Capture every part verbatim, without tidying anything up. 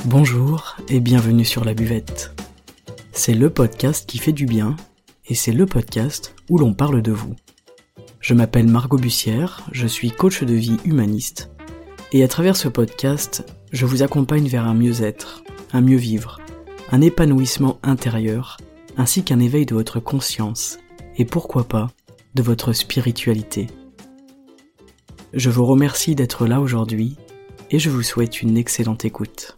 Bonjour et bienvenue sur La Buvette. C'est le podcast qui fait du bien et c'est le podcast où l'on parle de vous. Je m'appelle Margot Bussière, je suis coach de vie humaniste et à travers ce podcast, je vous accompagne vers un mieux-être, un mieux vivre, un épanouissement intérieur ainsi qu'un éveil de votre conscience et pourquoi pas de votre spiritualité. Je vous remercie d'être là aujourd'hui et je vous souhaite une excellente écoute.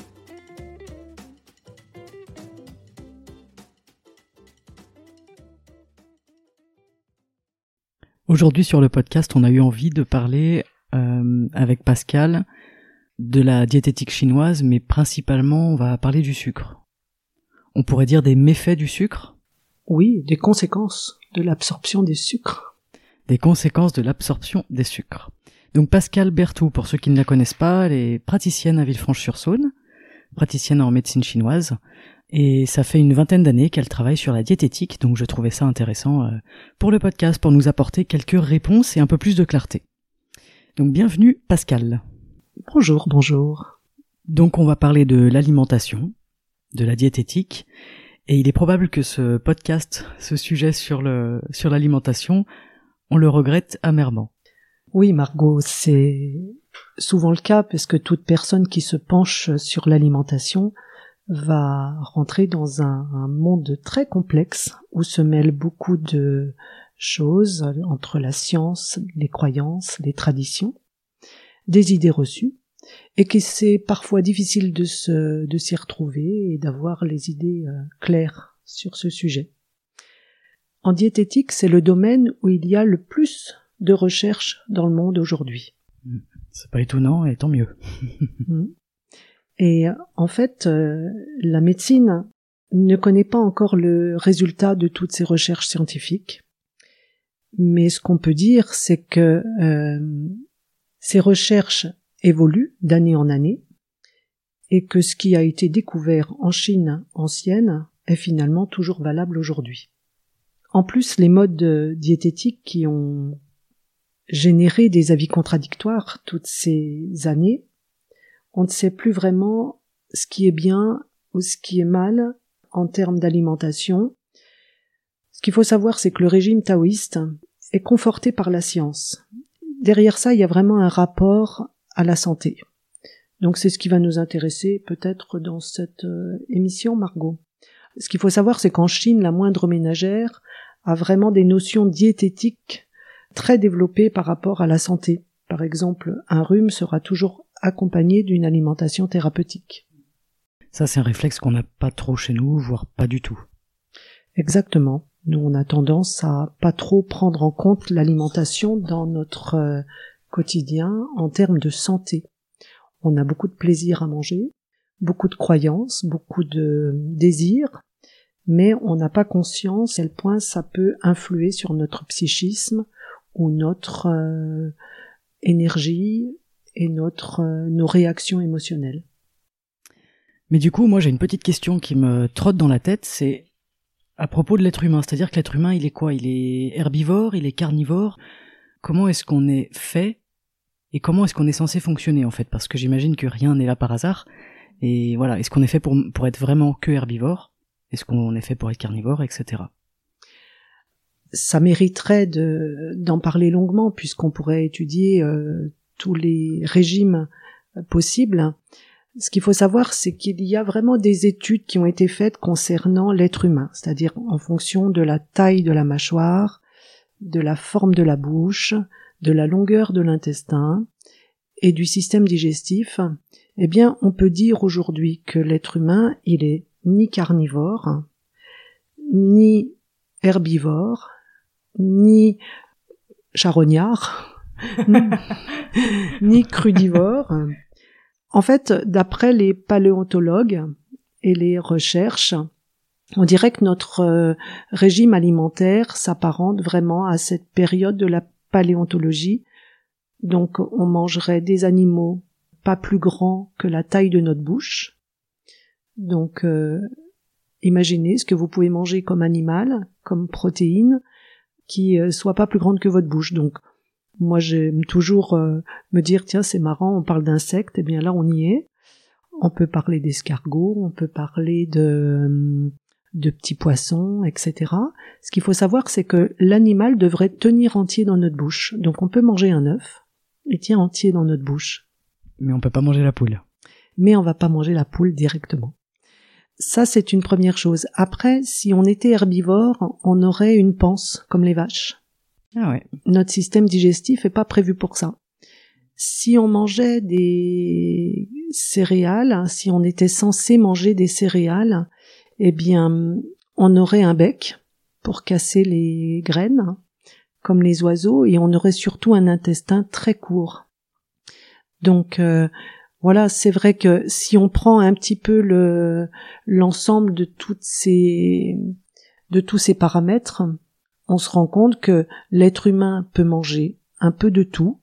Aujourd'hui sur le podcast, on a eu envie de parler euh, avec Pascal de la diététique chinoise, mais principalement on va parler du sucre. On pourrait dire des méfaits du sucre ? Oui, des conséquences de l'absorption des sucres. Des conséquences de l'absorption des sucres. Donc Pascal Berthoud, pour ceux qui ne la connaissent pas, elle est praticienne à Villefranche-sur-Saône, praticienne en médecine chinoise, et ça fait une vingtaine d'années qu'elle travaille sur la diététique, donc je trouvais ça intéressant euh, pour le podcast, pour nous apporter quelques réponses et un peu plus de clarté. Donc bienvenue Pascal. Bonjour, bonjour. Donc on va parler de l'alimentation, de la diététique, et il est probable que ce podcast, ce sujet sur le sur l'alimentation, on le regrette amèrement. Oui Margot, c'est souvent le cas parce que toute personne qui se penche sur l'alimentation va rentrer dans un, un monde très complexe où se mêlent beaucoup de choses entre la science, les croyances, les traditions, des idées reçues, et que c'est parfois difficile de se, de s'y retrouver et d'avoir les idées euh, claires sur ce sujet. En diététique, c'est le domaine où il y a le plus de recherches dans le monde aujourd'hui. C'est pas étonnant, et tant mieux. Et en fait, euh, la médecine ne connaît pas encore le résultat de toutes ces recherches scientifiques. Mais ce qu'on peut dire, c'est que euh, ces recherches évoluent d'année en année et que ce qui a été découvert en Chine ancienne est finalement toujours valable aujourd'hui. En plus, les modes diététiques qui ont généré des avis contradictoires toutes ces années, on ne sait plus vraiment ce qui est bien ou ce qui est mal en termes d'alimentation. Ce qu'il faut savoir, c'est que le régime taoïste est conforté par la science. Derrière ça, il y a vraiment un rapport à la santé. Donc c'est ce qui va nous intéresser peut-être dans cette euh, émission, Margot. Ce qu'il faut savoir, c'est qu'en Chine, la moindre ménagère a vraiment des notions diététiques très développées par rapport à la santé. Par exemple, un rhume sera toujours accompagné d'une alimentation thérapeutique. Ça, c'est un réflexe qu'on n'a pas trop chez nous, voire pas du tout. Exactement. Nous, on a tendance à pas trop prendre en compte l'alimentation dans notre euh, quotidien en termes de santé. On a beaucoup de plaisir à manger, beaucoup de croyances, beaucoup de désirs, mais on n'a pas conscience à quel point ça peut influer sur notre psychisme ou notre euh, énergie et notre euh, nos réactions émotionnelles. Mais du coup, moi j'ai une petite question qui me trotte dans la tête, c'est à propos de l'être humain, c'est-à-dire que l'être humain, il est quoi ? Il est herbivore, il est carnivore ? Comment est-ce qu'on est fait et comment est-ce qu'on est censé fonctionner en fait ? Parce que j'imagine que rien n'est là par hasard. Et voilà, est-ce qu'on est fait pour pour être vraiment que herbivore ? Est-ce qu'on est fait pour être carnivore, et cetera. Ça mériterait de d'en parler longuement puisqu'on pourrait étudier euh, tous les régimes possibles. Ce qu'il faut savoir, c'est qu'il y a vraiment des études qui ont été faites concernant l'être humain, c'est-à-dire en fonction de la taille de la mâchoire, de la forme de la bouche, de la longueur de l'intestin et du système digestif. Eh bien, on peut dire aujourd'hui que l'être humain, il est ni carnivore, ni herbivore, ni charognard, ni, ni crudivore. En fait, d'après les paléontologues et les recherches, on dirait que notre euh, régime alimentaire s'apparente vraiment à cette période de la paléontologie. Donc, on mangerait des animaux pas plus grands que la taille de notre bouche. Donc, euh, imaginez ce que vous pouvez manger comme animal, comme protéine, qui euh, soit pas plus grande que votre bouche. Donc, moi, j'aime toujours euh, me dire, tiens, c'est marrant, on parle d'insectes, eh bien là, on y est. On peut parler d'escargots, on peut parler de, de petits poissons, et cetera. Ce qu'il faut savoir, c'est que l'animal devrait tenir entier dans notre bouche. Donc on peut manger un œuf, il tient entier dans notre bouche. Mais on peut pas manger la poule. Mais on va pas manger la poule directement. Ça, c'est une première chose. Après, si on était herbivore, on aurait une panse, comme les vaches. Ah ouais. Notre système digestif est pas prévu pour ça. Si on mangeait des céréales, si on était censé manger des céréales, eh bien, on aurait un bec pour casser les graines, comme les oiseaux, et on aurait surtout un intestin très court. Donc, euh, voilà, c'est vrai que si on prend un petit peu le l'ensemble de toutes ces de tous ces paramètres, on se rend compte que l'être humain peut manger un peu de tout,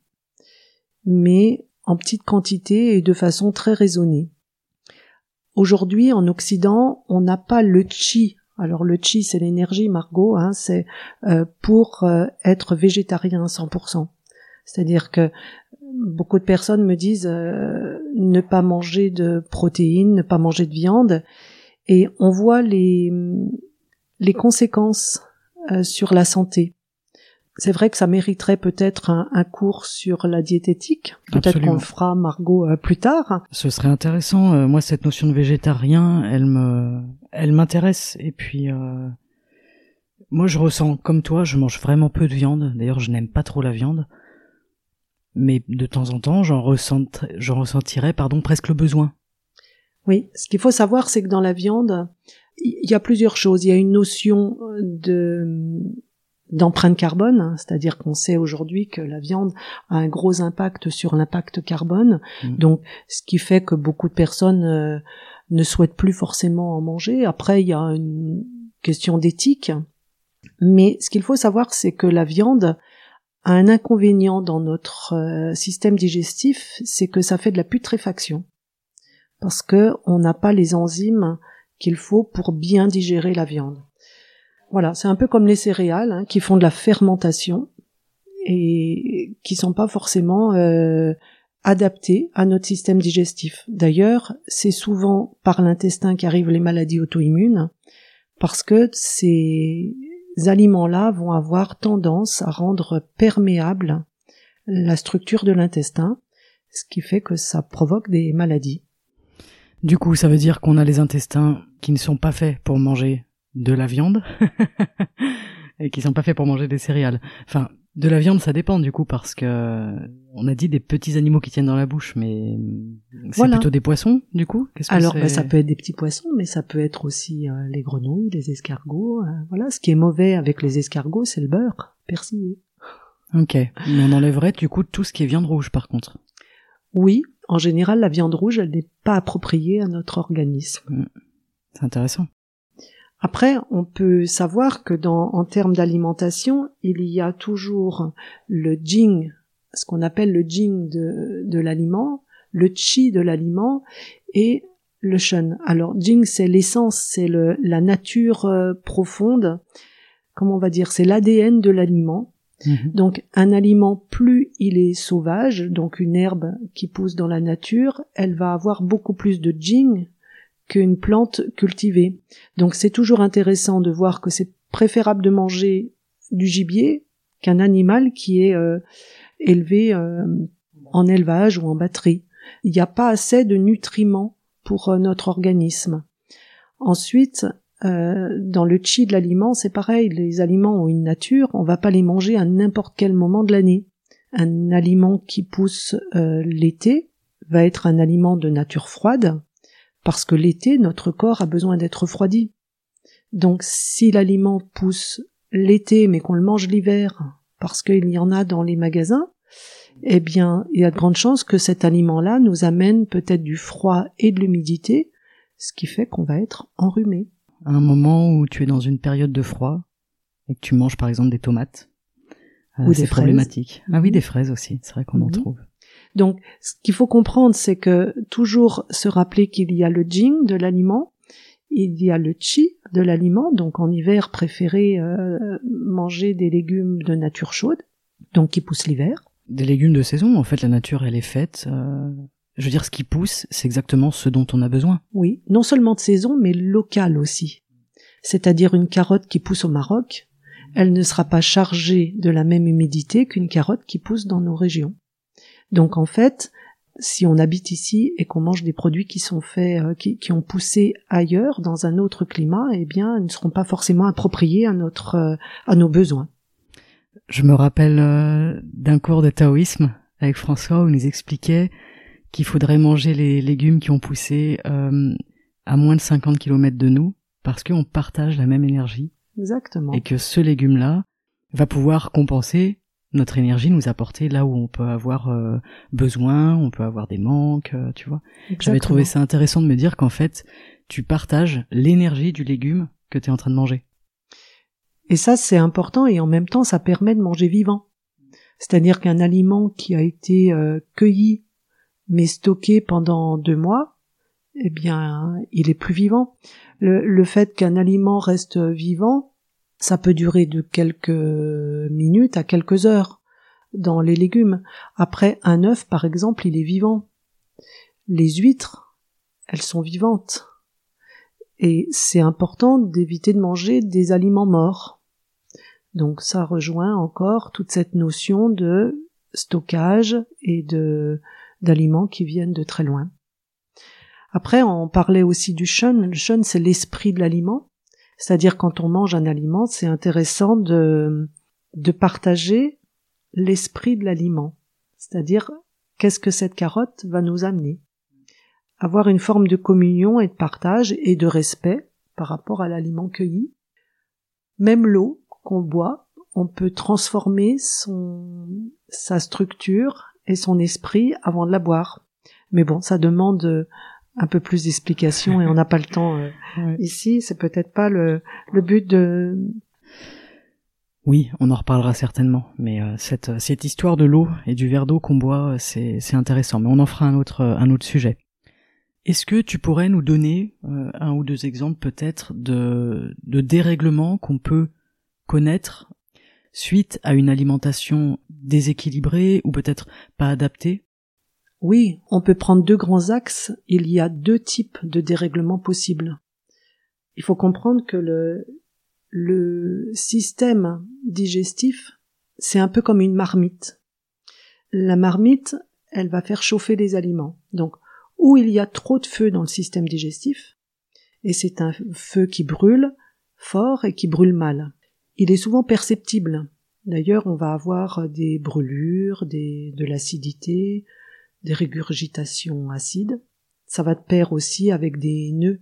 mais en petite quantité et de façon très raisonnée. Aujourd'hui, en Occident, on n'a pas le chi. Alors le chi, c'est l'énergie, Margot, hein, c'est euh, pour euh, être végétarien à cent pour cent. C'est-à-dire que beaucoup de personnes me disent euh, ne pas manger de protéines, ne pas manger de viande, et on voit les, les conséquences euh, sur la santé. C'est vrai que ça mériterait peut-être un, un cours sur la diététique. Peut-être Absolument. qu'on le fera, Margot, euh, plus tard. Ce serait intéressant. Euh, moi, cette notion de végétarien, elle me, elle m'intéresse. Et puis, euh, moi, je ressens comme toi, je mange vraiment peu de viande. D'ailleurs, je n'aime pas trop la viande. Mais de temps en temps, j'en ressent, j'en ressentirais, pardon, presque le besoin. Oui, ce qu'il faut savoir, c'est que dans la viande, il y a plusieurs choses. Il y a une notion de d'empreinte carbone, c'est-à-dire qu'on sait aujourd'hui que la viande a un gros impact sur l'impact carbone, mmh. donc ce qui fait que beaucoup de personnes euh, ne souhaitent plus forcément en manger. Après, il y a une question d'éthique, mais ce qu'il faut savoir, c'est que la viande a un inconvénient dans notre euh, système digestif, c'est que ça fait de la putréfaction, parce que on n'a pas les enzymes qu'il faut pour bien digérer la viande. Voilà, c'est un peu comme les céréales hein, qui font de la fermentation et qui sont pas forcément euh, adaptées à notre système digestif. D'ailleurs, c'est souvent par l'intestin qu'arrivent les maladies auto-immunes parce que ces aliments-là vont avoir tendance à rendre perméable la structure de l'intestin, ce qui fait que ça provoque des maladies. Du coup, ça veut dire qu'on a les intestins qui ne sont pas faits pour manger de la viande et qui sont pas faits pour manger des céréales. Enfin, de la viande, ça dépend du coup parce que on a dit des petits animaux qui tiennent dans la bouche, mais c'est voilà. Plutôt des poissons du coup. Qu'est-ce que Alors, c'est... bah, ça peut être des petits poissons, mais ça peut être aussi euh, les grenouilles, les escargots. Euh, voilà, ce qui est mauvais avec les escargots, c'est le beurre persillé. Ok, mais on enlèverait du coup tout ce qui est viande rouge par contre. Oui, en général, la viande rouge, elle n'est pas appropriée à notre organisme. C'est intéressant. Après, on peut savoir que dans, en termes d'alimentation, il y a toujours le jing, ce qu'on appelle le jing de, de l'aliment, le chi de l'aliment et le shen. Alors, jing, c'est l'essence, c'est le, la nature euh, profonde, comment on va dire, c'est l'A D N de l'aliment. Mmh. Donc, un aliment, plus il est sauvage, donc une herbe qui pousse dans la nature, elle va avoir beaucoup plus de jing qu'une plante cultivée. Donc c'est toujours intéressant de voir que c'est préférable de manger du gibier qu'un animal qui est euh, élevé euh, en élevage ou en batterie. Il n'y a pas assez de nutriments pour euh, notre organisme. Ensuite, euh, dans le chi de l'aliment, c'est pareil, les aliments ont une nature, on va pas les manger à n'importe quel moment de l'année. Un aliment qui pousse euh, l'été va être un aliment de nature froide, parce que l'été, notre corps a besoin d'être refroidi. Donc, si l'aliment pousse l'été, mais qu'on le mange l'hiver, parce qu'il y en a dans les magasins, eh bien, il y a de grandes chances que cet aliment-là nous amène peut-être du froid et de l'humidité, ce qui fait qu'on va être enrhumé. À un moment où tu es dans une période de froid, et que tu manges par exemple des tomates, ou c'est des problématique. Fraises. Ah oui, des fraises aussi, c'est vrai qu'on mmh. en trouve. Donc, ce qu'il faut comprendre, c'est que toujours se rappeler qu'il y a le jing de l'aliment, il y a le chi de l'aliment, donc en hiver, préférer euh, manger des légumes de nature chaude, donc qui poussent l'hiver. Des légumes de saison, en fait, la nature, elle est faite euh, je veux dire, ce qui pousse, c'est exactement ce dont on a besoin. Oui, non seulement de saison, mais local aussi. C'est-à-dire une carotte qui pousse au Maroc, elle ne sera pas chargée de la même humidité qu'une carotte qui pousse dans nos régions. Donc en fait, si on habite ici et qu'on mange des produits qui sont faits, euh, qui, qui ont poussé ailleurs, dans un autre climat, eh bien, ils ne seront pas forcément appropriés à notre, euh, à nos besoins. Je me rappelle euh, d'un cours de taoïsme avec François où il nous expliquait qu'il faudrait manger les légumes qui ont poussé euh, à moins de cinquante kilomètres de nous parce qu'on partage la même énergie. Exactement. Et que ce légume-là va pouvoir compenser notre énergie, nous apporter là où on peut avoir euh, besoin, on peut avoir des manques, euh, tu vois. Exactement. J'avais trouvé ça intéressant de me dire qu'en fait, tu partages l'énergie du légume que tu es en train de manger. Et ça, c'est important et en même temps, ça permet de manger vivant. C'est-à-dire qu'un aliment qui a été euh, cueilli mais stocké pendant deux mois, eh bien, il est plus vivant. Le, le fait qu'un aliment reste vivant, ça peut durer de quelques minutes à quelques heures dans les légumes. Après, un œuf, par exemple, il est vivant. Les huîtres, elles sont vivantes. Et c'est important d'éviter de manger des aliments morts. Donc ça rejoint encore toute cette notion de stockage et de d'aliments qui viennent de très loin. Après, on parlait aussi du shun. Le shun, c'est l'esprit de l'aliment. C'est-à-dire, quand on mange un aliment, c'est intéressant de, de partager l'esprit de l'aliment. C'est-à-dire, qu'est-ce que cette carotte va nous amener? Avoir une forme de communion et de partage et de respect par rapport à l'aliment cueilli. Même l'eau qu'on boit, on peut transformer son, sa structure et son esprit avant de la boire. Mais bon, ça demande un peu plus d'explications et on n'a pas le temps euh, ouais. Ici. C'est peut-être pas le, le but de... Oui, on en reparlera certainement, mais euh, cette, cette histoire de l'eau et du verre d'eau qu'on boit, c'est, c'est intéressant, mais on en fera un autre, un autre sujet. Est-ce que tu pourrais nous donner euh, un ou deux exemples peut-être de, de dérèglements qu'on peut connaître suite à une alimentation déséquilibrée ou peut-être pas adaptée? Oui, on peut prendre deux grands axes. Il y a deux types de dérèglements possibles. Il faut comprendre que le, le système digestif, c'est un peu comme une marmite. La marmite, elle va faire chauffer les aliments. Donc, où il y a trop de feu dans le système digestif, et c'est un feu qui brûle fort et qui brûle mal. Il est souvent perceptible. D'ailleurs, on va avoir des brûlures, des, de l'acidité, des régurgitations acides. Ça va de pair aussi avec des nœuds.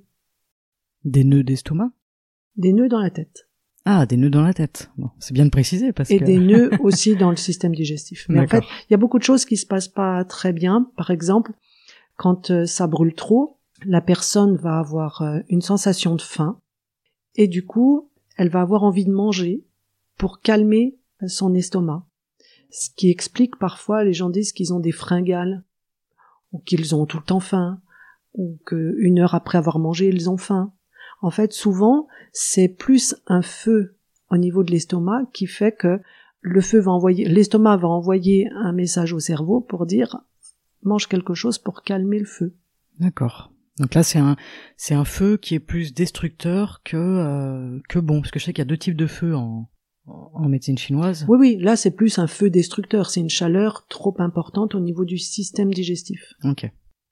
Des nœuds d'estomac? Des nœuds dans la tête. Ah, des nœuds dans la tête. Bon, c'est bien de préciser parce et que... Et des nœuds aussi dans le système digestif. Mais D'accord. En fait, il y a beaucoup de choses qui se passent pas très bien. Par exemple, quand euh, ça brûle trop, la personne va avoir euh, une sensation de faim et du coup, elle va avoir envie de manger pour calmer son estomac. Ce qui explique parfois, les gens disent qu'ils ont des fringales, ou qu'ils ont tout le temps faim, ou qu'une heure après avoir mangé, ils ont faim. En fait, souvent, c'est plus un feu au niveau de l'estomac qui fait que le feu va envoyer, l'estomac va envoyer un message au cerveau pour dire mange quelque chose pour calmer le feu. D'accord. Donc là, c'est un, c'est un feu qui est plus destructeur que, euh, que bon, parce que je sais qu'il y a deux types de feux en, en médecine chinoise. Oui, oui, là, c'est plus un feu destructeur. C'est une chaleur trop importante au niveau du système digestif. Ok.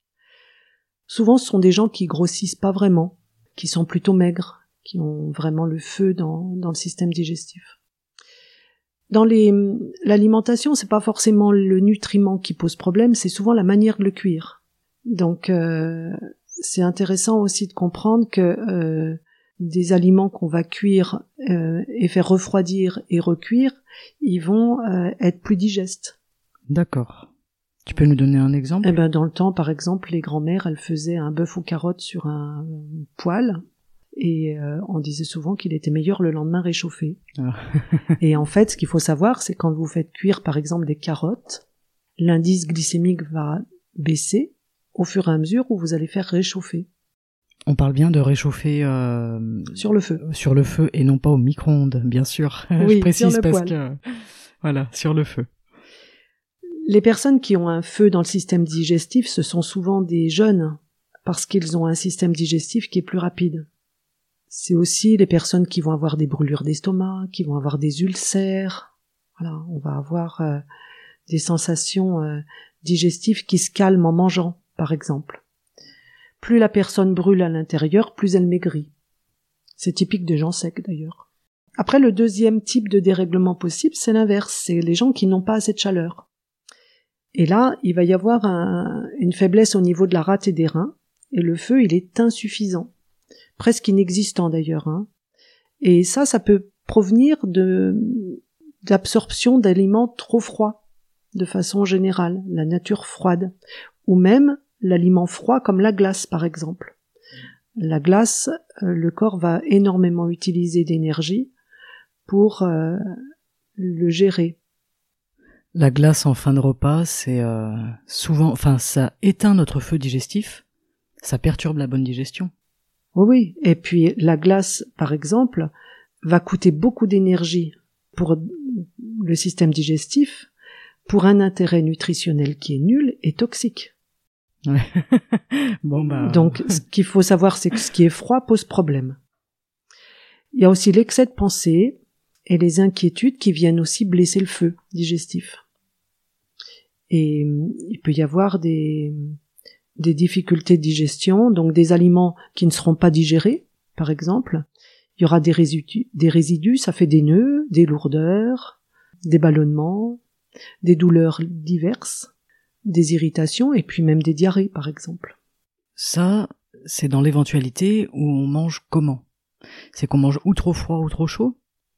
Souvent, ce sont des gens qui grossissent pas vraiment, qui sont plutôt maigres, qui ont vraiment le feu dans, dans le système digestif. Dans les, l'alimentation, c'est pas forcément le nutriment qui pose problème, c'est souvent la manière de le cuire. Donc, euh, c'est intéressant aussi de comprendre que euh, des aliments qu'on va cuire euh, et faire refroidir et recuire, ils vont euh, être plus digestes. D'accord. Tu peux nous donner un exemple? Eh ben, dans le temps, par exemple, les grand-mères, elles faisaient un bœuf aux carottes sur un poêle. Et euh, on disait souvent qu'il était meilleur le lendemain réchauffé. Ah. Et en fait, ce qu'il faut savoir, c'est quand vous faites cuire, par exemple, des carottes, l'indice glycémique va baisser au fur et à mesure où vous allez faire réchauffer. On parle bien de réchauffer euh, sur le feu, sur le feu et non pas au micro-ondes, bien sûr. Oui, je précise sur le parce poêle. que voilà, sur le feu. Les personnes qui ont un feu dans le système digestif, ce sont souvent des jeunes, parce qu'ils ont un système digestif qui est plus rapide. C'est aussi les personnes qui vont avoir des brûlures d'estomac, qui vont avoir des ulcères. Voilà, on va avoir euh, des sensations euh, digestives qui se calment en mangeant, par exemple. Plus la personne brûle à l'intérieur, plus elle maigrit. C'est typique des gens secs, d'ailleurs. Après, le deuxième type de dérèglement possible, c'est l'inverse. C'est les gens qui n'ont pas assez de chaleur. Et là, il va y avoir un, une faiblesse au niveau de la rate et des reins, et le feu, il est insuffisant. Presque inexistant d'ailleurs. Hein. Et ça, ça peut provenir de d'absorption d'aliments trop froids, de façon générale, la nature froide, ou même l'aliment froid comme la glace par exemple. La glace, euh, le corps va énormément utiliser d'énergie pour euh, le gérer. La glace en fin de repas, c'est euh, souvent, enfin, ça éteint notre feu digestif, ça perturbe la bonne digestion. Oui, et puis la glace, par exemple, va coûter beaucoup d'énergie pour le système digestif, pour un intérêt nutritionnel qui est nul et toxique. Ouais. Bon bah. Donc, ce qu'il faut savoir, c'est que ce qui est froid pose problème. Il y a aussi l'excès de pensée et les inquiétudes qui viennent aussi blesser le feu digestif. Et il peut y avoir des des difficultés de digestion, donc des aliments qui ne seront pas digérés, par exemple. Il y aura des résidus, des résidus, ça fait des nœuds, des lourdeurs, des ballonnements, des douleurs diverses, des irritations et puis même des diarrhées, par exemple. Ça, c'est dans l'éventualité où on mange comment ? C'est qu'on mange ou trop froid ou trop chaud ?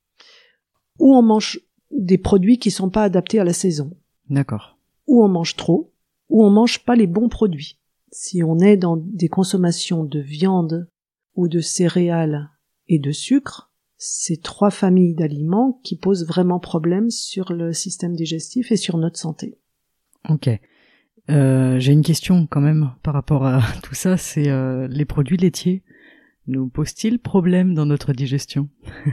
Ou on mange des produits qui sont pas adaptés à la saison. D'accord. Ou on mange trop, ou on mange pas les bons produits. Si on est dans des consommations de viande ou de céréales et de sucre, c'est trois familles d'aliments qui posent vraiment problème sur le système digestif et sur notre santé. Ok. Euh, j'ai une question quand même par rapport à tout ça, c'est euh, les produits laitiers nous posent-ils problème dans notre digestion ?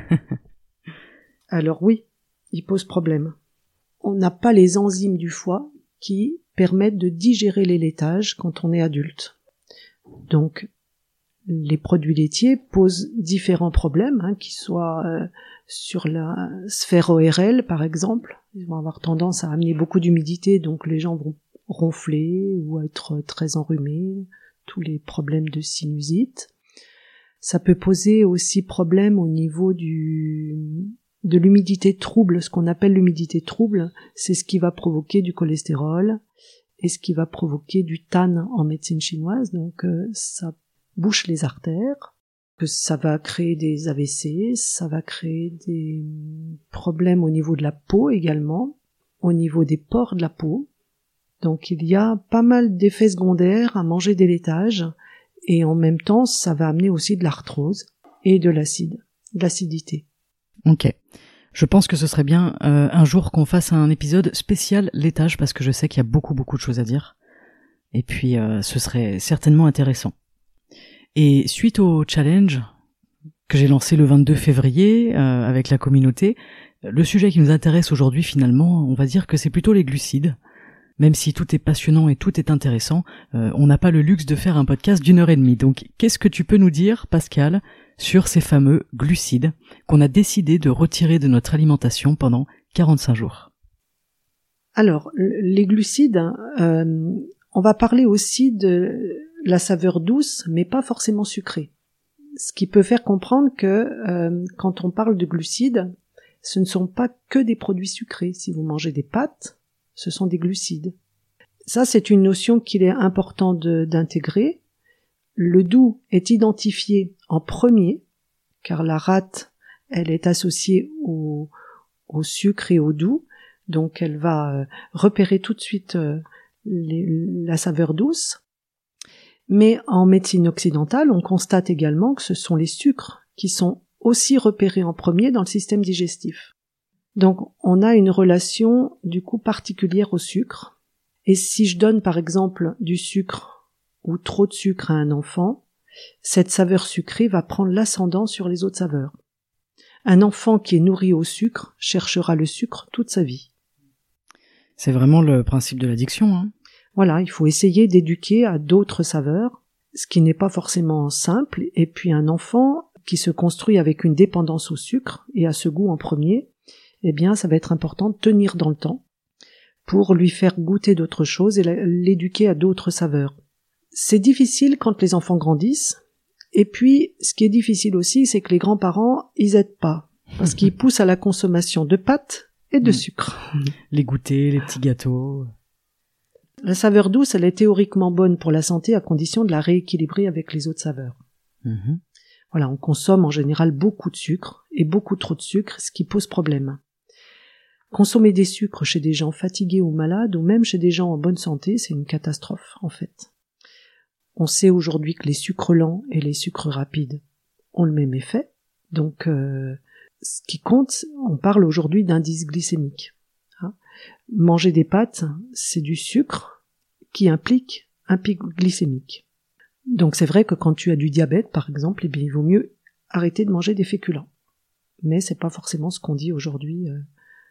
Alors oui, ils posent problème. On n'a pas les enzymes du foie qui permettent de digérer les laitages quand on est adulte. Donc, les produits laitiers posent différents problèmes, hein, qu'ils soient euh, sur la sphère O R L, par exemple. Ils vont avoir tendance à amener beaucoup d'humidité, donc les gens vont ronfler ou être très enrhumés, tous les problèmes de sinusite. Ça peut poser aussi problème au niveau du de l'humidité trouble. Ce qu'on appelle l'humidité trouble, c'est ce qui va provoquer du cholestérol et ce qui va provoquer du tan en médecine chinoise. Donc euh, ça bouche les artères, que ça va créer des A V C, ça va créer des problèmes au niveau de la peau également, au niveau des pores de la peau. Donc il y a pas mal d'effets secondaires à manger des laitages, et en même temps ça va amener aussi de l'arthrose et de l'acide, de l'acidité. Ok. Je pense que ce serait bien euh, un jour qu'on fasse un épisode spécial laitage, parce que je sais qu'il y a beaucoup beaucoup de choses à dire. Et puis euh, ce serait certainement intéressant. Et suite au challenge que j'ai lancé le vingt-deux février euh, avec la communauté, le sujet qui nous intéresse aujourd'hui finalement, on va dire que c'est plutôt les glucides. Même si tout est passionnant et tout est intéressant, euh, on n'a pas le luxe de faire un podcast d'une heure et demie. Donc qu'est-ce que tu peux nous dire, Pascal, sur ces fameux glucides qu'on a décidé de retirer de notre alimentation pendant quarante-cinq jours? Alors, les glucides, euh, on va parler aussi de la saveur douce, mais pas forcément sucrée. Ce qui peut faire comprendre que euh, quand on parle de glucides, ce ne sont pas que des produits sucrés. Si vous mangez des pâtes, ce sont des glucides. Ça, c'est une notion qu'il est important de, d'intégrer. Le doux est identifié en premier, car la rate, elle est associée au, au sucre et au doux, donc elle va repérer tout de suite les, la saveur douce. Mais en médecine occidentale, on constate également que ce sont les sucres qui sont aussi repérés en premier dans le système digestif. Donc on a une relation du coup particulière au sucre. Et si je donne par exemple du sucre ou trop de sucre à un enfant, cette saveur sucrée va prendre l'ascendant sur les autres saveurs. Un enfant qui est nourri au sucre cherchera le sucre toute sa vie. C'est vraiment le principe de l'addiction, hein. Voilà, il faut essayer d'éduquer à d'autres saveurs, ce qui n'est pas forcément simple, et puis un enfant qui se construit avec une dépendance au sucre et à ce goût en premier, eh bien ça va être important de tenir dans le temps pour lui faire goûter d'autres choses et l'éduquer à d'autres saveurs. C'est difficile quand les enfants grandissent, et puis ce qui est difficile aussi, c'est que les grands-parents, ils aident pas, parce qu'ils poussent à la consommation de pâtes et de sucre. Les goûters, les petits gâteaux. La saveur douce, elle est théoriquement bonne pour la santé à condition de la rééquilibrer avec les autres saveurs. Mmh. Voilà, on consomme en général beaucoup de sucre et beaucoup trop de sucre, ce qui pose problème. Consommer des sucres chez des gens fatigués ou malades, ou même chez des gens en bonne santé, c'est une catastrophe, en fait. On sait aujourd'hui que les sucres lents et les sucres rapides ont le même effet, donc euh, ce qui compte, on parle aujourd'hui d'indice glycémique. Hein. Manger des pâtes, c'est du sucre qui implique un pic glycémique. Donc c'est vrai que quand tu as du diabète, par exemple, eh bien, il vaut mieux arrêter de manger des féculents. Mais c'est pas forcément ce qu'on dit aujourd'hui euh,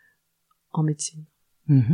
en médecine. Mmh.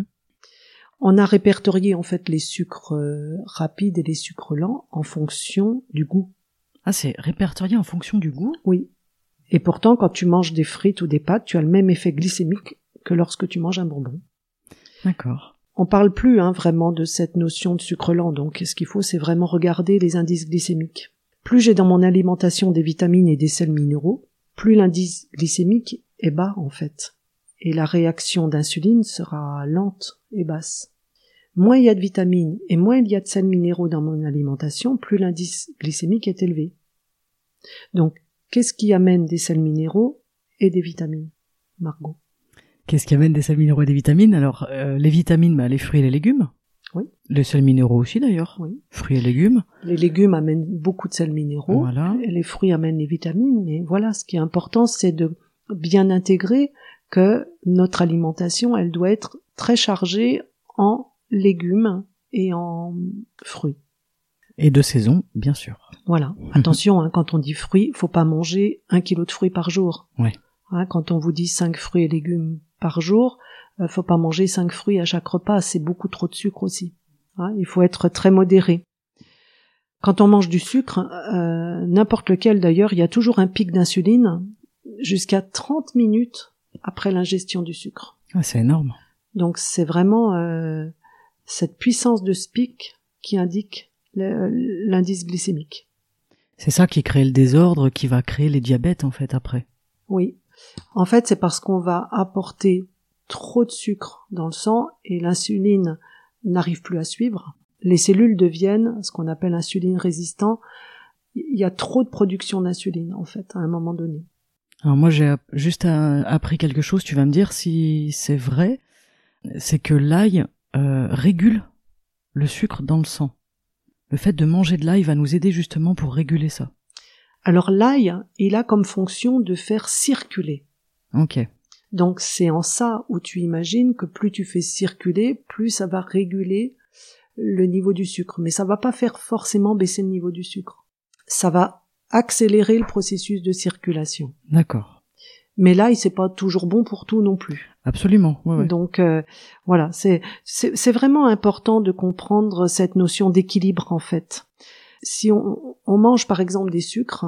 On a répertorié en fait les sucres euh, rapides et les sucres lents en fonction du goût. Ah, c'est répertorié en fonction du goût ? Oui. Et pourtant, quand tu manges des frites ou des pâtes, tu as le même effet glycémique que lorsque tu manges un bonbon. D'accord. On parle plus hein, vraiment de cette notion de sucre lent, donc ce qu'il faut, c'est vraiment regarder les indices glycémiques. Plus j'ai dans mon alimentation des vitamines et des sels minéraux, plus l'indice glycémique est bas en fait. Et la réaction d'insuline sera lente et basse. Moins il y a de vitamines et moins il y a de sels minéraux dans mon alimentation, plus l'indice glycémique est élevé. Donc, qu'est-ce qui amène des sels minéraux et des vitamines, Margot ? Qu'est-ce qui amène des sels minéraux et des vitamines ? Alors, euh, les vitamines, bah, les fruits et les légumes. Oui. Les sels minéraux aussi, d'ailleurs. Oui. Fruits et légumes. Les légumes amènent beaucoup de sels minéraux. Voilà. Et les fruits amènent les vitamines. Mais voilà, ce qui est important, c'est de bien intégrer que notre alimentation, elle doit être très chargée en légumes et en fruits. Et de saison, bien sûr. Voilà. Attention, hein, quand on dit fruits, faut pas manger un kilo de fruits par jour. Ouais. Hein, quand on vous dit cinq fruits et légumes par jour, euh, faut pas manger cinq fruits à chaque repas, c'est beaucoup trop de sucre aussi. Hein, il faut être très modéré. Quand on mange du sucre, euh, n'importe lequel d'ailleurs, il y a toujours un pic d'insuline jusqu'à trente minutes après l'ingestion du sucre. Ah, c'est énorme. Donc c'est vraiment euh, cette puissance de ce pic qui indique le, l'indice glycémique. C'est ça qui crée le désordre, qui va créer les diabètes en fait après. Oui. En fait, c'est parce qu'on va apporter trop de sucre dans le sang et l'insuline n'arrive plus à suivre. Les cellules deviennent ce qu'on appelle insuline résistant. Il y a trop de production d'insuline, en fait, à un moment donné. Alors moi, j'ai juste appris quelque chose, tu vas me dire si c'est vrai, c'est que l'ail euh, régule le sucre dans le sang. Le fait de manger de l'ail va nous aider justement pour réguler ça. Alors l'ail, il a comme fonction de faire circuler. Ok. Donc c'est en ça où tu imagines que plus tu fais circuler, plus ça va réguler le niveau du sucre. Mais ça va pas faire forcément baisser le niveau du sucre. Ça va accélérer le processus de circulation. D'accord. Mais l'ail, c'est pas toujours bon pour tout non plus. Absolument. Ouais, ouais. Donc euh, voilà, c'est, c'est c'est vraiment important de comprendre cette notion d'équilibre en fait. Si on, on mange par exemple des sucres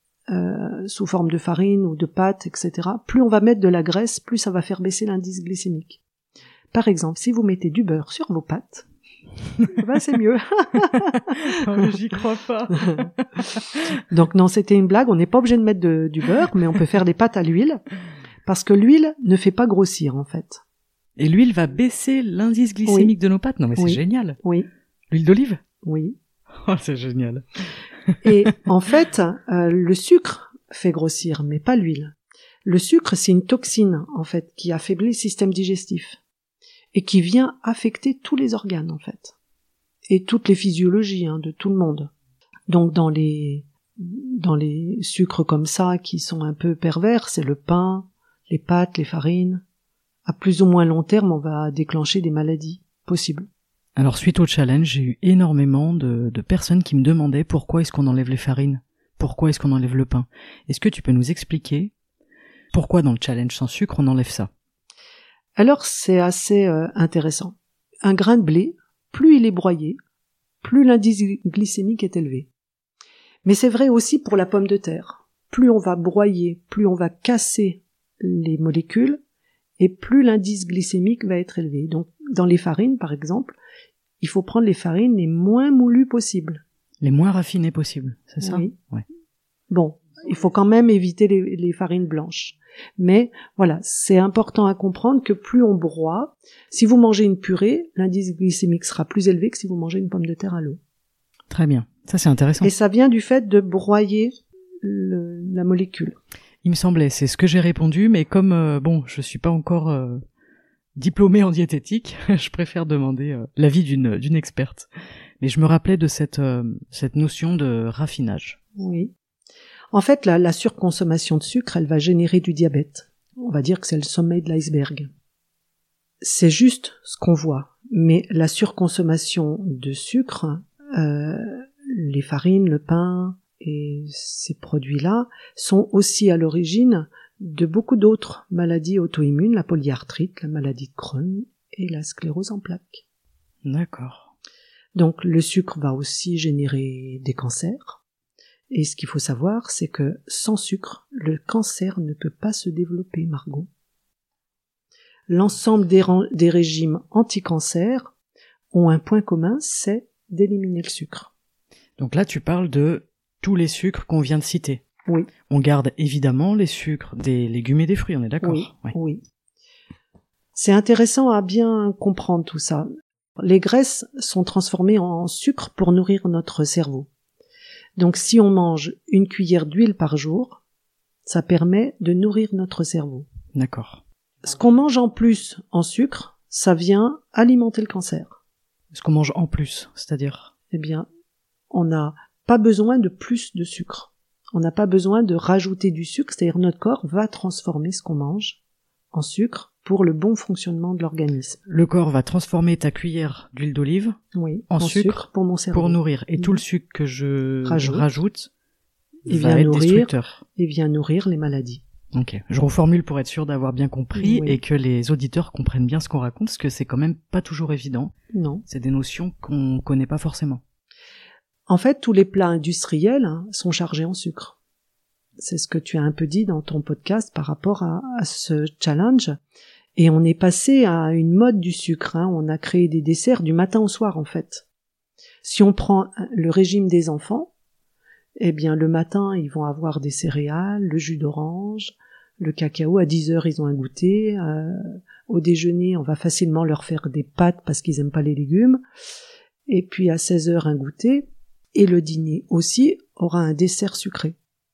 euh, sous forme de farine ou de pâtes, et cetera, plus on va mettre de la graisse, plus ça va faire baisser l'indice glycémique. Par exemple, si vous mettez du beurre sur vos pâtes, ben c'est mieux. Oh, j'y crois pas. Donc non, c'était une blague, on n'est pas obligé de mettre de, du beurre, mais on peut faire des pâtes à l'huile, parce que l'huile ne fait pas grossir en fait. Et l'huile va baisser l'indice glycémique oui. de nos pâtes. Non mais c'est oui. génial. Oui. L'huile d'olive ? Oui. Oh, c'est génial. Et en fait, euh, le sucre fait grossir, mais pas l'huile. Le sucre, c'est une toxine, en fait, qui affaiblit le système digestif et qui vient affecter tous les organes, en fait, et toutes les physiologies hein, de tout le monde. Donc, dans les dans les sucres comme ça, qui sont un peu pervers, c'est le pain, les pâtes, les farines. À plus ou moins long terme, on va déclencher des maladies possibles. Alors, suite au challenge, j'ai eu énormément de, de personnes qui me demandaient pourquoi est-ce qu'on enlève les farines, pourquoi est-ce qu'on enlève le pain. Est-ce que tu peux nous expliquer pourquoi dans le challenge sans sucre on enlève ça ? Alors c'est assez euh, intéressant. Un grain de blé, plus il est broyé, plus l'indice glycémique est élevé. Mais c'est vrai aussi pour la pomme de terre. Plus on va broyer, plus on va casser les molécules, et plus l'indice glycémique va être élevé. Donc dans les farines, par exemple, il faut prendre les farines les moins moulues possibles. Les moins raffinées possibles, c'est ça? Oui. Ouais. Bon, il faut quand même éviter les, les farines blanches. Mais voilà, c'est important à comprendre que plus on broie, si vous mangez une purée, l'indice glycémique sera plus élevé que si vous mangez une pomme de terre à l'eau. Très bien, ça c'est intéressant. Et ça vient du fait de broyer le, la molécule. Il me semblait, c'est ce que j'ai répondu, mais comme euh, bon, je suis pas encore euh, diplômée en diététique, je préfère demander euh, l'avis d'une d'une experte. Mais je me rappelais de cette euh, cette notion de raffinage. Oui. En fait, la, la surconsommation de sucre, elle va générer du diabète. On va dire que c'est le sommet de l'iceberg. C'est juste ce qu'on voit. Mais la surconsommation de sucre, euh, les farines, le pain et ces produits-là sont aussi à l'origine de beaucoup d'autres maladies auto-immunes, la polyarthrite, la maladie de Crohn et la sclérose en plaques. D'accord. Donc le sucre va aussi générer des cancers. Et ce qu'il faut savoir, c'est que sans sucre, le cancer ne peut pas se développer, Margot. L'ensemble des, des régimes anti-cancer ont un point commun, c'est d'éliminer le sucre. Donc là, tu parles de tous les sucres qu'on vient de citer. Oui. On garde évidemment les sucres des légumes et des fruits, on est d'accord? Oui, ouais. oui. C'est intéressant à bien comprendre tout ça. Les graisses sont transformées en sucre pour nourrir notre cerveau. Donc si on mange une cuillère d'huile par jour, ça permet de nourrir notre cerveau. D'accord. Ce qu'on mange en plus en sucre, ça vient alimenter le cancer. Ce qu'on mange en plus, c'est-à-dire? Eh bien, on n'a pas besoin de plus de sucre. On n'a pas besoin de rajouter du sucre, c'est-à-dire notre corps va transformer ce qu'on mange en sucre pour le bon fonctionnement de l'organisme. Le corps va transformer ta cuillère d'huile d'olive oui, en, en sucre, sucre pour mon cerveau. Pour nourrir. Et mmh. tout le sucre que je rajoute, rajoute il va vient être nourrir, destructeur. Il vient nourrir les maladies. Ok, je reformule pour être sûr d'avoir bien compris oui. et que les auditeurs comprennent bien ce qu'on raconte, parce que c'est quand même pas toujours évident. Non. C'est des notions qu'on connaît pas forcément. En fait, tous les plats industriels hein, sont chargés en sucre. C'est ce que tu as un peu dit dans ton podcast par rapport à, à ce challenge. Et on est passé à une mode du sucre. Hein. On a créé des desserts du matin au soir, en fait. Si on prend le régime des enfants, eh bien, le matin, ils vont avoir des céréales, le jus d'orange, le cacao. À dix heures, ils ont un goûter. Euh, au déjeuner, on va facilement leur faire des pâtes parce qu'ils aiment pas les légumes. Et puis, à seize heures, un goûter. Et le dîner aussi aura un dessert sucré.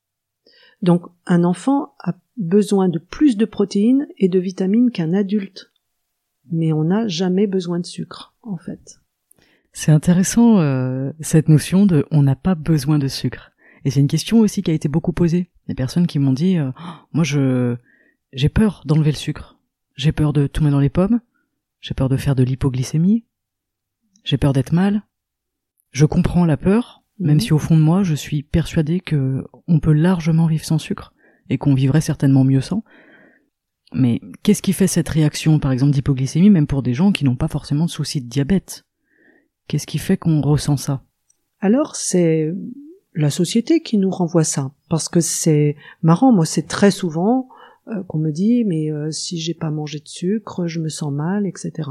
Donc, un enfant a besoin de plus de protéines et de vitamines qu'un adulte. Mais on n'a jamais besoin de sucre, en fait. C'est intéressant, euh, cette notion de « on n'a pas besoin de sucre ». Et c'est une question aussi qui a été beaucoup posée. Des personnes qui m'ont dit euh, « moi, je j'ai peur d'enlever le sucre. J'ai peur de tout mettre dans les pommes. J'ai peur de faire de l'hypoglycémie. J'ai peur d'être mal. Je comprends la peur, mmh. même si au fond de moi, je suis persuadée que on peut largement vivre sans sucre et qu'on vivrait certainement mieux sans. Mais qu'est-ce qui fait cette réaction, par exemple, d'hypoglycémie, même pour des gens qui n'ont pas forcément de soucis de diabète ? Qu'est-ce qui fait qu'on ressent ça ? Alors, c'est la société qui nous renvoie ça. Parce que c'est marrant, moi, c'est très souvent euh, qu'on me dit « mais euh, si j'ai pas mangé de sucre, je me sens mal, et cetera »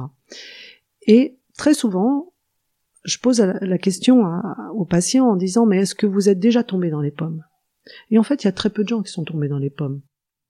Et très souvent, je pose la question à, aux patients en disant « mais est-ce que vous êtes déjà tombé dans les pommes ?» Et en fait, il y a très peu de gens qui sont tombés dans les pommes.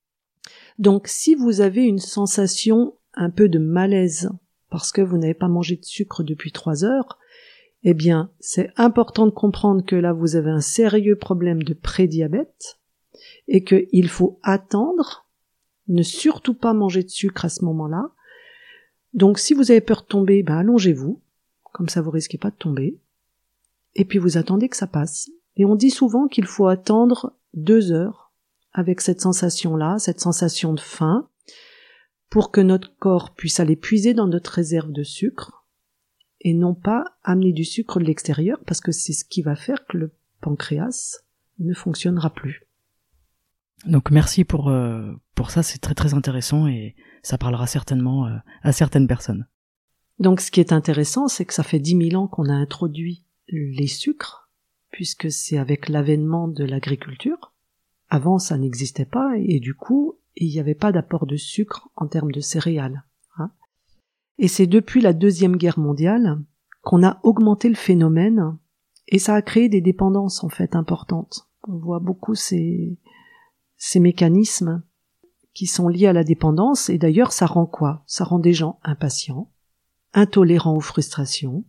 Donc, si vous avez une sensation un peu de malaise parce que vous n'avez pas mangé de sucre depuis trois heures, eh bien, c'est important de comprendre que là, vous avez un sérieux problème de prédiabète et qu'il faut attendre, ne surtout pas manger de sucre à ce moment-là. Donc, si vous avez peur de tomber, ben, allongez-vous, comme ça vous risquez pas de tomber, et puis vous attendez que ça passe. Et on dit souvent qu'il faut attendre deux heures avec cette sensation-là, cette sensation de faim, pour que notre corps puisse aller puiser dans notre réserve de sucre et non pas amener du sucre de l'extérieur, parce que c'est ce qui va faire que le pancréas ne fonctionnera plus. Donc merci pour, euh, pour pour ça, c'est très très intéressant et ça parlera certainement euh, à certaines personnes. Donc ce qui est intéressant, c'est que ça fait dix mille ans qu'on a introduit les sucres, puisque c'est avec l'avènement de l'agriculture. Avant, ça n'existait pas, et du coup, il n'y avait pas d'apport de sucre en termes de céréales. Hein. Et c'est depuis la Deuxième Guerre mondiale qu'on a augmenté le phénomène, et ça a créé des dépendances en fait importantes. On voit beaucoup ces, ces mécanismes qui sont liés à la dépendance, et d'ailleurs ça rend quoi? Ça rend des gens impatients, intolérants aux frustrations,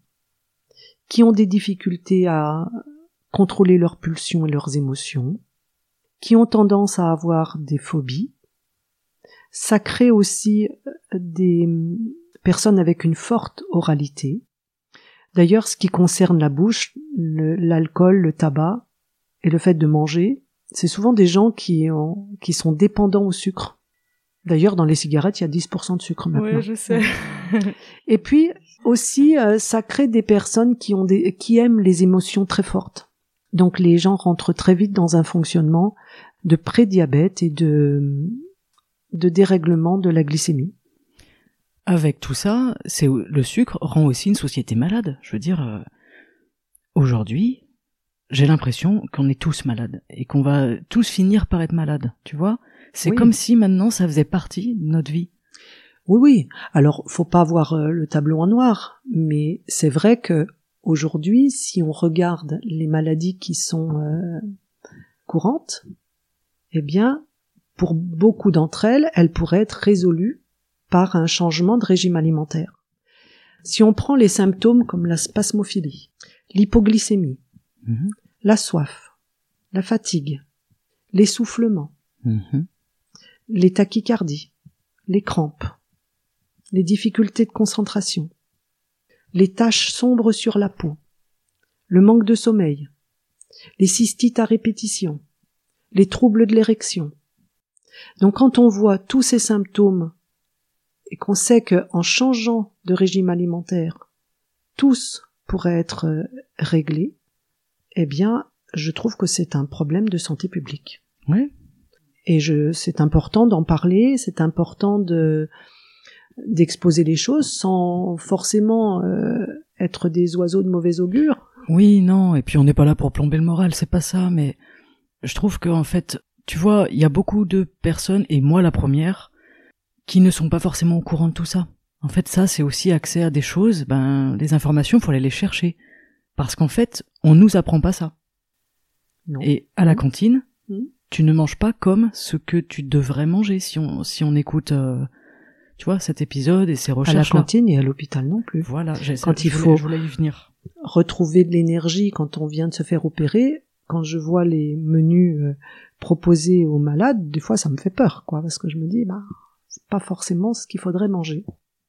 qui ont des difficultés à contrôler leurs pulsions et leurs émotions, qui ont tendance à avoir des phobies. Ça crée aussi des personnes avec une forte oralité. D'ailleurs, ce qui concerne la bouche, le, l'alcool, le tabac et le fait de manger, c'est souvent des gens qui, ont, qui sont dépendants au sucre. D'ailleurs, dans les cigarettes, il y a dix pour cent de sucre maintenant. Oui, je sais. Et puis aussi, euh, ça crée des personnes qui ont des, qui aiment les émotions très fortes. Donc les gens rentrent très vite dans un fonctionnement de prédiabète et de, de dérèglement de la glycémie. Avec tout ça, c'est le sucre rend aussi une société malade. Je veux dire, euh, aujourd'hui, j'ai l'impression qu'on est tous malades et qu'on va tous finir par être malades. Tu vois, c'est oui. Comme si maintenant ça faisait partie de notre vie. Oui, oui. Alors, faut pas voir euh, le tableau en noir, mais c'est vrai que aujourd'hui, si on regarde les maladies qui sont euh, courantes, eh bien, pour beaucoup d'entre elles, elles pourraient être résolues par un changement de régime alimentaire. Si on prend les symptômes comme la spasmophilie, l'hypoglycémie, mmh. la soif, la fatigue, l'essoufflement, mmh. les tachycardies, les crampes, les difficultés de concentration, les taches sombres sur la peau, le manque de sommeil, les cystites à répétition, les troubles de l'érection. Donc quand on voit tous ces symptômes et qu'on sait qu'en changeant de régime alimentaire, tous pourraient être réglés, eh bien, je trouve que c'est un problème de santé publique. Oui. Et je, c'est important d'en parler, c'est important de d'exposer les choses sans forcément euh, être des oiseaux de mauvais augure. Oui, non, et puis on n'est pas là pour plomber le moral, c'est pas ça, mais je trouve que en fait, tu vois, il y a beaucoup de personnes, et moi la première, qui ne sont pas forcément au courant de tout ça. En fait, ça, c'est aussi accès à des choses, ben, les informations, faut aller les chercher. Parce qu'en fait, on nous apprend pas ça. Non. Et à la cantine, mmh. tu ne manges pas comme ce que tu devrais manger si on, si on écoute, euh, tu vois, cet épisode et ces recherches. À la cantine et à l'hôpital non plus. Voilà, j'ai, quand je il voulais, faut je voulais y venir. Retrouver de l'énergie quand on vient de se faire opérer, quand je vois les menus euh, proposés aux malades, des fois ça me fait peur, quoi, parce que je me dis, bah, c'est pas forcément ce qu'il faudrait manger.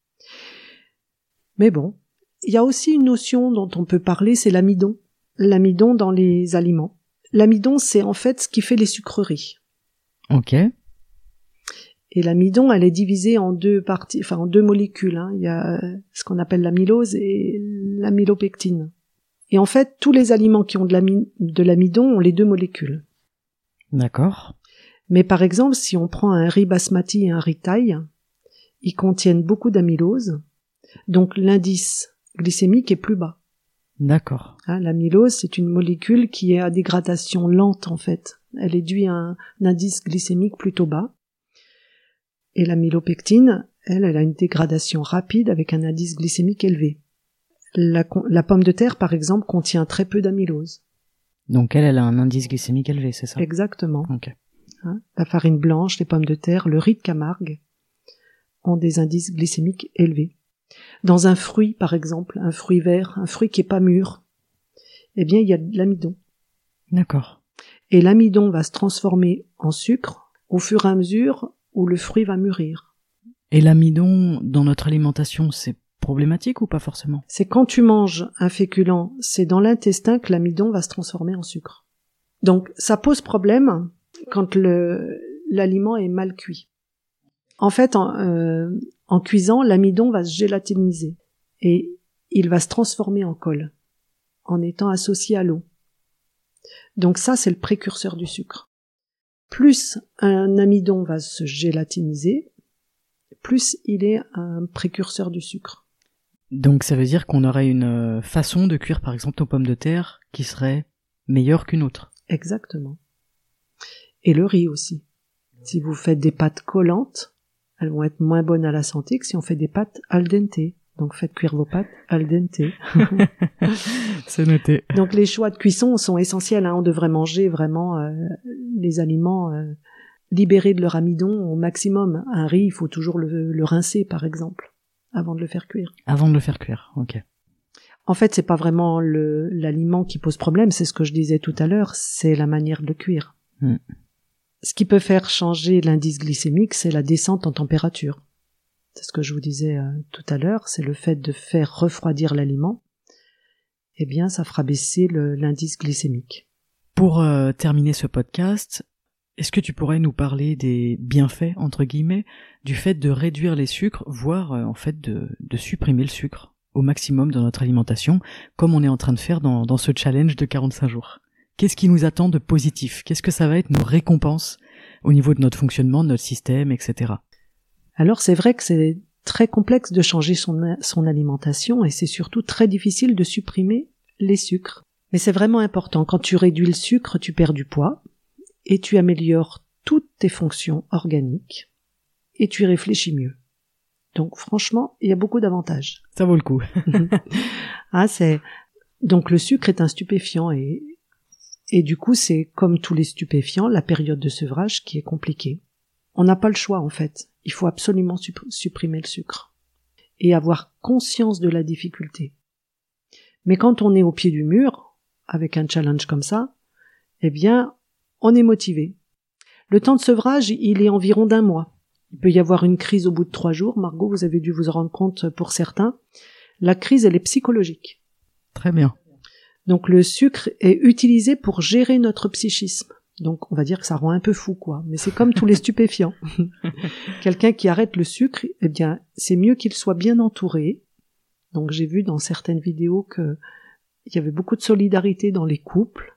Mais bon, il y a aussi une notion dont on peut parler, c'est l'amidon. L'amidon dans les aliments. L'amidon, c'est en fait ce qui fait les sucreries. Ok. Et l'amidon, elle est divisée en deux parties, enfin en deux molécules. Hein. Il y a ce qu'on appelle l'amylose et l'amylopectine. Et en fait, tous les aliments qui ont de, l'ami- de l'amidon ont les deux molécules. D'accord. Mais par exemple, si on prend un riz basmati et un riz thaï, ils contiennent beaucoup d'amylose, donc l'indice glycémique est plus bas. D'accord. Hein, l'amylose, c'est une molécule qui est à dégradation lente en fait. Elle induit un, un indice glycémique plutôt bas. Et l'amylopectine, elle, elle a une dégradation rapide avec un indice glycémique élevé. La, la pomme de terre, par exemple, contient très peu d'amylose. Donc elle, elle a un indice glycémique élevé, c'est ça? Exactement. Ok. Hein, la farine blanche, les pommes de terre, le riz de Camargue ont des indices glycémiques élevés. Dans un fruit, par exemple, un fruit vert, un fruit qui est pas mûr, eh bien, il y a de l'amidon. D'accord. Et l'amidon va se transformer en sucre au fur et à mesure où le fruit va mûrir. Et l'amidon dans notre alimentation, c'est problématique ou pas forcément? C'est quand tu manges un féculent, c'est dans l'intestin que l'amidon va se transformer en sucre. Donc, ça pose problème quand le, l'aliment est mal cuit. En fait, en, euh, en cuisant, l'amidon va se gélatiniser et il va se transformer en colle en étant associé à l'eau. Donc ça, c'est le précurseur du sucre. plus un amidon va se gélatiniser, plus il est un précurseur du sucre. Donc ça veut dire qu'on aurait une façon de cuire par exemple nos pommes de terre qui serait meilleure qu'une autre. Exactement. Et le riz aussi. Si vous faites des pâtes collantes, elles vont être moins bonnes à la santé que si on fait des pâtes al dente. Donc faites cuire vos pâtes al dente. C'est noté. Donc les choix de cuisson sont essentiels. Hein. On devrait manger vraiment euh, les aliments euh, libérés de leur amidon au maximum. Un riz, il faut toujours le, le rincer par exemple, avant de le faire cuire. Avant de le faire cuire, ok. En fait, c'est pas vraiment le, l'aliment qui pose problème, c'est ce que je disais tout à l'heure, c'est la manière de le cuire. Mm. Ce qui peut faire changer l'indice glycémique, c'est la descente en température. C'est ce que je vous disais euh, tout à l'heure, c'est le fait de faire refroidir l'aliment. Eh bien, ça fera baisser le, l'indice glycémique. Pour euh, terminer ce podcast, est-ce que tu pourrais nous parler des bienfaits, entre guillemets, du fait de réduire les sucres, voire euh, en fait de, de supprimer le sucre au maximum dans notre alimentation, comme on est en train de faire dans, dans ce challenge de quarante-cinq jours? Qu'est-ce qui nous attend de positif? Qu'est-ce que ça va être nos récompenses au niveau de notre fonctionnement, de notre système, et cetera. Alors c'est vrai que c'est très complexe de changer son, son alimentation et c'est surtout très difficile de supprimer les sucres. Mais c'est vraiment important. Quand tu réduis le sucre, tu perds du poids et tu améliores toutes tes fonctions organiques et tu réfléchis mieux. Donc franchement, il y a beaucoup d'avantages. Ça vaut le coup. ah, c'est donc le sucre est un stupéfiant et et du coup, c'est comme tous les stupéfiants, la période de sevrage qui est compliquée. On n'a pas le choix en fait. Il faut absolument supp- supprimer le sucre et avoir conscience de la difficulté. Mais quand on est au pied du mur, avec un challenge comme ça, eh bien, on est motivé. Le temps de sevrage, il est environ d'un mois. Il peut y avoir une crise au bout de trois jours. Margot, vous avez dû vous en rendre compte pour certains. La crise, elle est psychologique. Très bien. Donc le sucre est utilisé pour gérer notre psychisme. Donc on va dire que ça rend un peu fou, quoi. Mais c'est comme tous les stupéfiants. Quelqu'un qui arrête le sucre, eh bien, c'est mieux qu'il soit bien entouré. Donc j'ai vu dans certaines vidéos que il y avait beaucoup de solidarité dans les couples.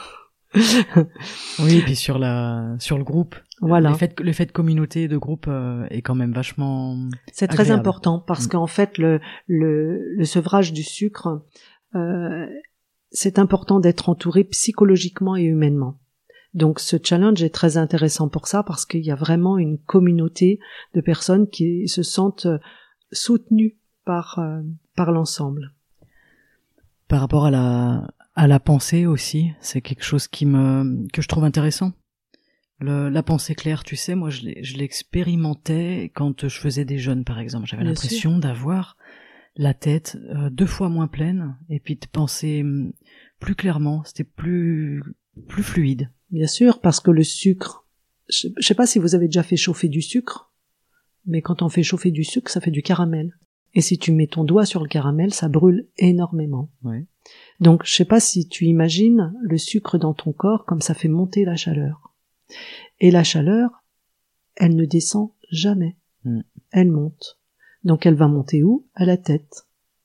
Oui, et puis sur la sur le groupe. Voilà. Le fait, le fait de communauté, de groupe euh, est quand même vachement C'est très agréable. important parce mmh. qu'en fait le le le sevrage du sucre, euh, c'est important d'être entouré psychologiquement et humainement. Donc ce challenge est très intéressant pour ça parce qu'il y a vraiment une communauté de personnes qui se sentent soutenues par euh, par l'ensemble. Par rapport à la à la pensée aussi, c'est quelque chose qui me que je trouve intéressant. Le, la pensée claire, tu sais, moi je l'ai, je l'expérimentais quand je faisais des jeûnes par exemple. J'avais Bien l'impression sûr. d'avoir la tête euh, deux fois moins pleine et puis de penser plus clairement, c'était plus plus fluide. Bien sûr, parce que le sucre, je, je sais pas si vous avez déjà fait chauffer du sucre, mais quand on fait chauffer du sucre, ça fait du caramel. Et si tu mets ton doigt sur le caramel, ça brûle énormément. Ouais. Donc, je sais pas si tu imagines le sucre dans ton corps comme ça fait monter la chaleur. Et la chaleur, elle ne descend jamais. Mm. Elle monte. Donc, elle va monter où? À la tête.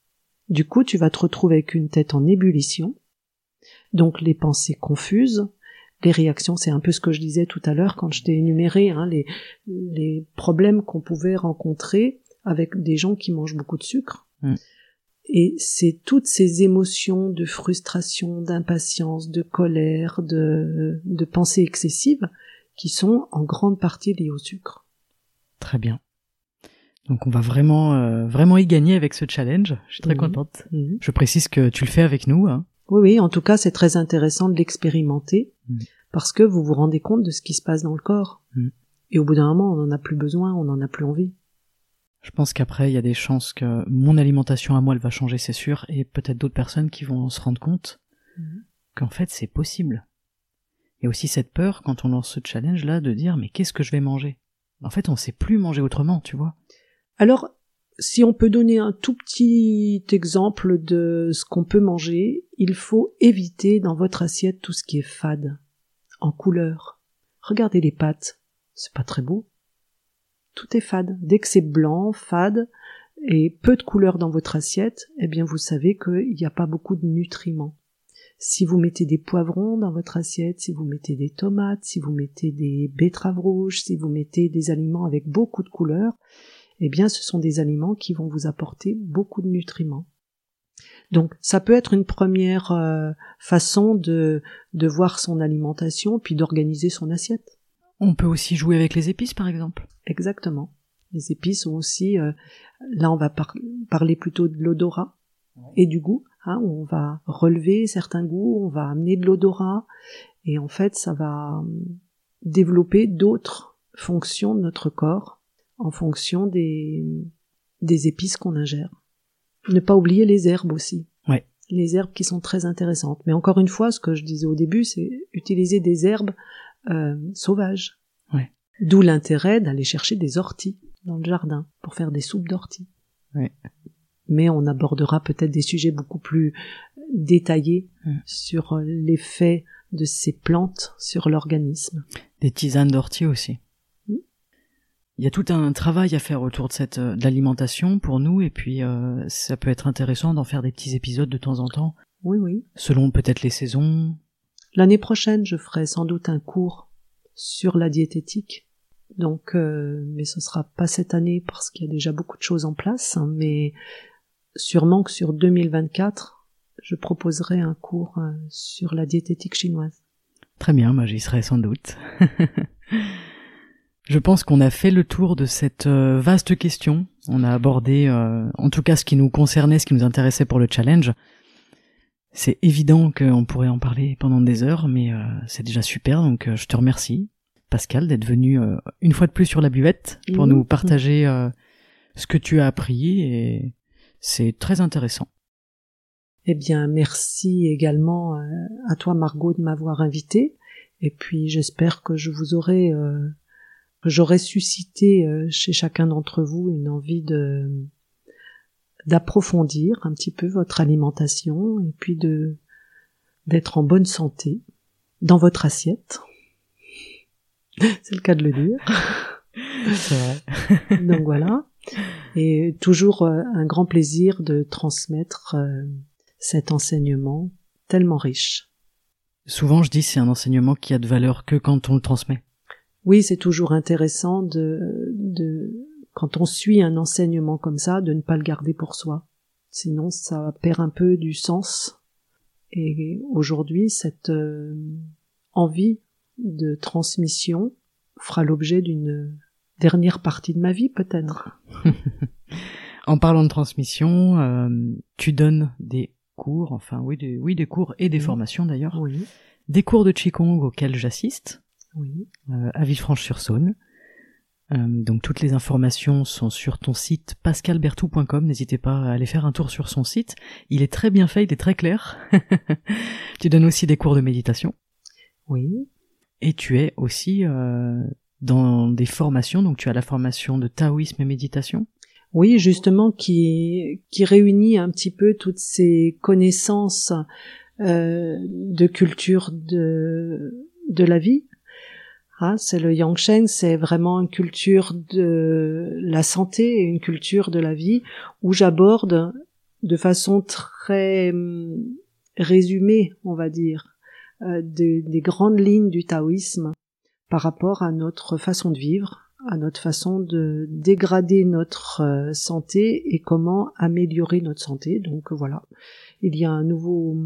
Du coup, tu vas te retrouver avec une tête en ébullition. Donc, les pensées confuses, les réactions, c'est un peu ce que je disais tout à l'heure quand je t'ai énuméré hein, les, les problèmes qu'on pouvait rencontrer avec des gens qui mangent beaucoup de sucre. Mm. Et c'est toutes ces émotions de frustration, d'impatience, de colère, de, de pensées excessives qui sont en grande partie liées au sucre. Très bien. Donc on va vraiment euh, vraiment y gagner avec ce challenge. Je suis très mmh. contente. Mmh. Je précise que tu le fais avec nous. Hein. Oui, oui. En tout cas, c'est très intéressant de l'expérimenter mmh. parce que vous vous rendez compte de ce qui se passe dans le corps. Mmh. Et au bout d'un moment, on n'en a plus besoin, on n'en a plus envie. Je pense qu'après, il y a des chances que mon alimentation à moi, elle va changer, c'est sûr, et peut-être d'autres personnes qui vont se rendre compte mmh. qu'en fait, c'est possible. Il y a aussi cette peur, quand on lance ce challenge-là, de dire « mais qu'est-ce que je vais manger ?» En fait, on sait plus manger autrement, tu vois. Alors, si on peut donner un tout petit exemple de ce qu'on peut manger, il faut éviter dans votre assiette tout ce qui est fade, en couleur. Regardez les pâtes, c'est pas très beau. Tout est fade. Dès que c'est blanc, fade, et peu de couleur dans votre assiette, eh bien vous savez qu'il n'y a pas beaucoup de nutriments. Si vous mettez des poivrons dans votre assiette, si vous mettez des tomates, si vous mettez des betteraves rouges, si vous mettez des aliments avec beaucoup de couleurs, eh bien ce sont des aliments qui vont vous apporter beaucoup de nutriments. Donc ça peut être une première euh, façon de, de voir son alimentation puis d'organiser son assiette. On peut aussi jouer avec les épices par exemple. Exactement. Les épices sont aussi, euh, là on va par- parler plutôt de l'odorat et du goût. Hein, on va relever certains goûts, on va amener de l'odorat et en fait ça va développer d'autres fonctions de notre corps en fonction des, des épices qu'on ingère. Ne pas oublier les herbes aussi. Ouais. Les herbes qui sont très intéressantes. Mais encore une fois, ce que je disais au début, c'est utiliser des herbes euh, sauvages. Ouais. D'où l'intérêt d'aller chercher des orties dans le jardin pour faire des soupes d'orties. Ouais. Mais on abordera peut-être des sujets beaucoup plus détaillés mmh. sur l'effet de ces plantes sur l'organisme. Des tisanes d'ortie aussi. Il y a tout un travail à faire autour de cette de l'alimentation pour nous et puis euh, ça peut être intéressant d'en faire des petits épisodes de temps en temps. Oui, oui. Selon peut-être les saisons. L'année prochaine, je ferai sans doute un cours sur la diététique. Donc, euh, mais ce sera pas cette année parce qu'il y a déjà beaucoup de choses en place. Hein, mais sûrement que sur deux mille vingt-quatre, je proposerai un cours euh, sur la diététique chinoise. Très bien, moi j'y serai sans doute. Je pense qu'on a fait le tour de cette euh, vaste question. On a abordé, euh, en tout cas, ce qui nous concernait, ce qui nous intéressait pour le challenge. C'est évident qu'on pourrait en parler pendant des heures, mais euh, c'est déjà super. Donc, euh, je te remercie, Pascal, d'être venu euh, une fois de plus sur la buvette pour mmh. nous partager euh, ce que tu as appris. Et c'est très intéressant. Eh bien, merci également euh, à toi, Margot, de m'avoir invité. Et puis, j'espère que je vous aurai... Euh, J'aurais suscité euh, chez chacun d'entre vous une envie de d'approfondir un petit peu votre alimentation et puis de d'être en bonne santé dans votre assiette. C'est le cas de le dire. C'est vrai. Donc voilà. Et toujours euh, un grand plaisir de transmettre euh, cet enseignement tellement riche. Souvent je dis c'est un enseignement qui a de valeur que quand on le transmet. Oui, c'est toujours intéressant de, de, quand on suit un enseignement comme ça, de ne pas le garder pour soi. Sinon, ça perd un peu du sens. Et aujourd'hui, cette euh, envie de transmission fera l'objet d'une dernière partie de ma vie, peut-être. En parlant de transmission, euh, tu donnes des cours, enfin oui, des, oui, des cours et des oui. formations d'ailleurs. Oui. Des cours de Qigong auxquels j'assiste. Oui. Euh, à Villefranche-sur-Saône. Euh, donc toutes les informations sont sur ton site pascal berthou point com. N'hésitez pas à aller faire un tour sur son site. Il est très bien fait, il est très clair. Tu donnes aussi des cours de méditation. Oui. Et tu es aussi euh, dans des formations. Donc tu as la formation de taoïsme et méditation. Oui, justement, qui qui réunit un petit peu toutes ces connaissances euh, de culture de de la vie. Ah, c'est le Yangsheng, c'est vraiment une culture de la santé et une culture de la vie où j'aborde de façon très hum, résumée, on va dire, euh, des, des grandes lignes du taoïsme par rapport à notre façon de vivre, à notre façon de dégrader notre euh, santé et comment améliorer notre santé. Donc voilà, il y a un nouveau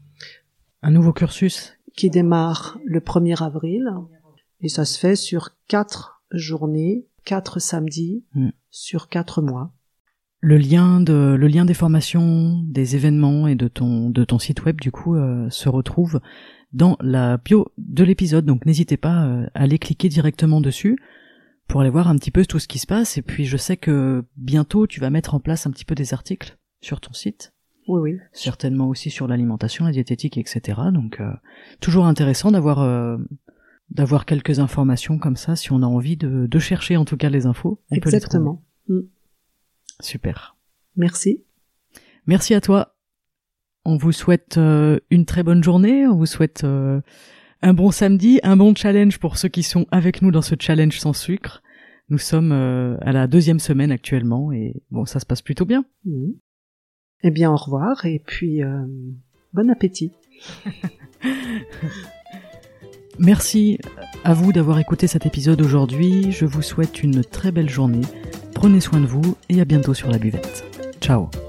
un nouveau cursus qui démarre le premier avril. Et ça se fait sur quatre journées, quatre samedis, mmh. sur quatre mois. Le lien de, le lien des formations, des événements et de ton, de ton site web, du coup, euh, se retrouve dans la bio de l'épisode. Donc, n'hésitez pas euh, à aller cliquer directement dessus pour aller voir un petit peu tout ce qui se passe. Et puis, je sais que bientôt, tu vas mettre en place un petit peu des articles sur ton site. Oui, oui. Certainement aussi sur l'alimentation, la diététique, et cetera. Donc, euh, toujours intéressant d'avoir, euh, d'avoir quelques informations comme ça, si on a envie de, de chercher en tout cas les infos. On Exactement. Peut les trouver. Super. Merci. Merci à toi. On vous souhaite euh, une très bonne journée, on vous souhaite euh, un bon samedi, un bon challenge pour ceux qui sont avec nous dans ce challenge sans sucre. Nous sommes euh, à la deuxième semaine actuellement et bon, ça se passe plutôt bien. Mmh. Eh bien, au revoir et puis euh, bon appétit. Merci à vous d'avoir écouté cet épisode aujourd'hui. Je vous souhaite une très belle journée. Prenez soin de vous et à bientôt sur la buvette. Ciao.